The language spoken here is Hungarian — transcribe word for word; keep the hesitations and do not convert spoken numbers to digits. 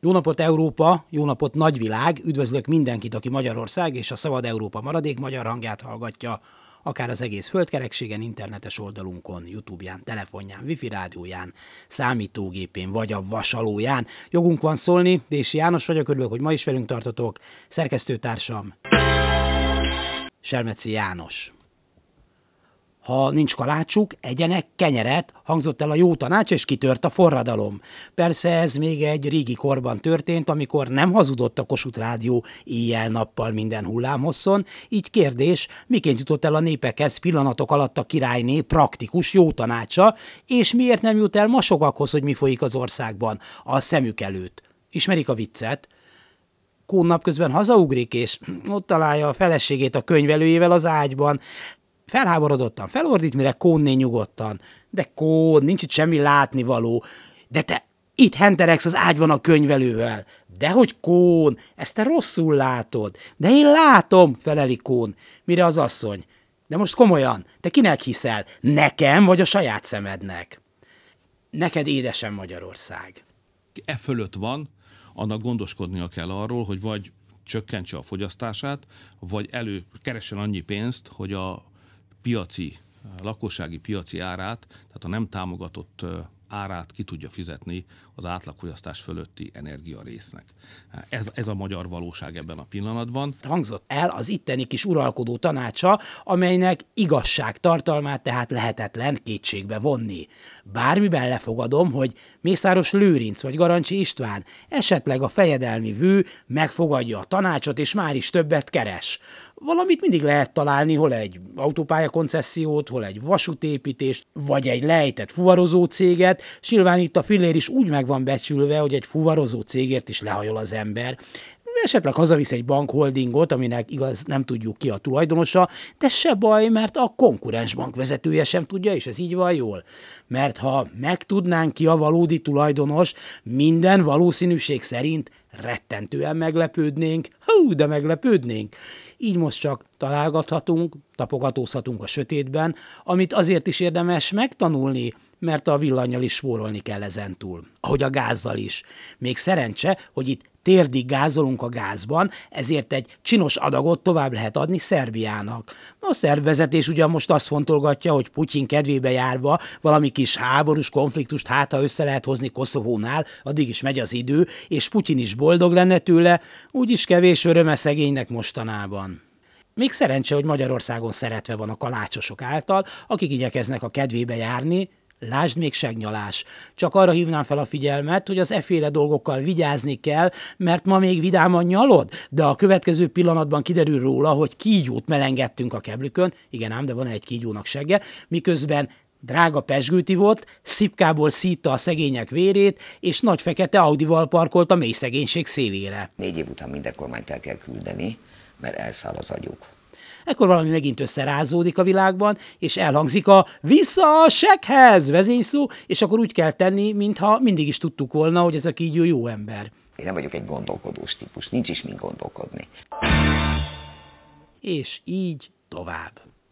Jó napot Európa, jó napot nagyvilág, üdvözlök mindenkit, aki Magyarország és a Szabad Európa maradék magyar hangját hallgatja, akár az egész földkerekségen, internetes oldalunkon, YouTube-ján, telefonján, wifi rádióján, számítógépén vagy a vasalóján. Jogunk van szólni, Dési János vagyok, örülök, hogy ma is velünk tartotok. Szerkesztőtársam Selmeci János. Ha nincs kalácsuk, egyenek kenyeret, hangzott el a jó tanács, és kitört a forradalom. Persze ez még egy régi korban történt, amikor nem hazudott a Kossuth Rádió éjjel-nappal minden hullámhosszon, így kérdés, miként jutott el a népekhez pillanatok alatt a királyné praktikus jó tanácsa, és miért nem jut el ma sokakhoz, hogy mi folyik az országban, a szemük előtt. Ismerik a viccet? Kón napközben hazaugrik, és ott találja a feleségét a könyvelőjével az ágyban. Felháborodottan felordít, mire Kónné nyugodtan. De Kón, nincs itt semmi látnivaló. De te itt henteregsz az ágyban a könyvelővel. Dehogy Kón, ezt te rosszul látod. De én látom, feleli Kón. Mire az asszony? De most komolyan, te kinek hiszel? Nekem vagy a saját szemednek? Neked édesem Magyarország. E fölött van, annak gondoskodnia kell arról, hogy vagy csökkentse a fogyasztását, vagy elő keressen annyi pénzt, hogy a piaci, a lakossági piaci árát, tehát a nem támogatott árát ki tudja fizetni az átlagfogyasztás fölötti energiarésznek. Ez, ez a magyar valóság ebben a pillanatban. Hangzott el az itteni kis uralkodó tanácsa, amelynek igazság tartalmát tehát lehetetlen kétségbe vonni. Bármiben lefogadom, hogy Mészáros Lőrinc vagy Garancsi István, esetleg a fejedelmi vő megfogadja a tanácsot, és már is többet keres. Valamit mindig lehet találni, hol egy autópálya koncessziót, hol egy vasútépítést, vagy egy lejtett fuvarozó céget, s nyilván itt a fillér is úgy meg van becsülve, hogy egy fuvarozó cégért is lehajol az ember. Esetleg hazavisz egy bankholdingot, aminek igaz nem tudjuk ki a tulajdonosa, de se baj, mert a konkurens bank vezetője sem tudja, és ez így van jól. Mert ha megtudnánk ki a valódi tulajdonos, minden valószínűség szerint rettentően meglepődnénk, hú, de meglepődnénk. Így most csak találgathatunk, tapogatózhatunk a sötétben, amit azért is érdemes megtanulni, mert a villannyal is spórolni kell ezentúl. Ahogy a gázzal is. Még szerencse, hogy itt térdig gázolunk a gázban, ezért egy csinos adagot tovább lehet adni Szerbiának. A szerb vezetés ugyan most azt fontolgatja, hogy Putyin kedvébe járva valami kis háborús konfliktust hát, ha össze lehet hozni Koszovónál, addig is megy az idő, és Putyin is boldog lenne tőle, úgyis kevés öröme szegénynek mostanában. Még szerencse, hogy Magyarországon szeretve van a kalácsosok által, akik igyekeznek a kedvébe járni. Lásd még segnyalás. Csak arra hívnám fel a figyelmet, hogy az efféle dolgokkal vigyázni kell, mert ma még vidáman nyalod, de a következő pillanatban kiderül róla, hogy kígyót melengedtünk a keblükön, igen ám, de van egy kígyónak segge, miközben drága pezsgőt ivott, szipkából szítta a szegények vérét, és nagy fekete Audival parkolt a mély szegénység szélére. Négy év után minden kormányt el kell küldeni, mert elszáll az agyuk. Ekkor valami megint összerázódik a világban, és elhangzik a vissza a segghez vezényszó, és akkor úgy kell tenni, mintha mindig is tudtuk volna, hogy ez a kígyó jó ember. Én nem vagyok egy gondolkodós típus, nincs is mind gondolkodni. És így tovább.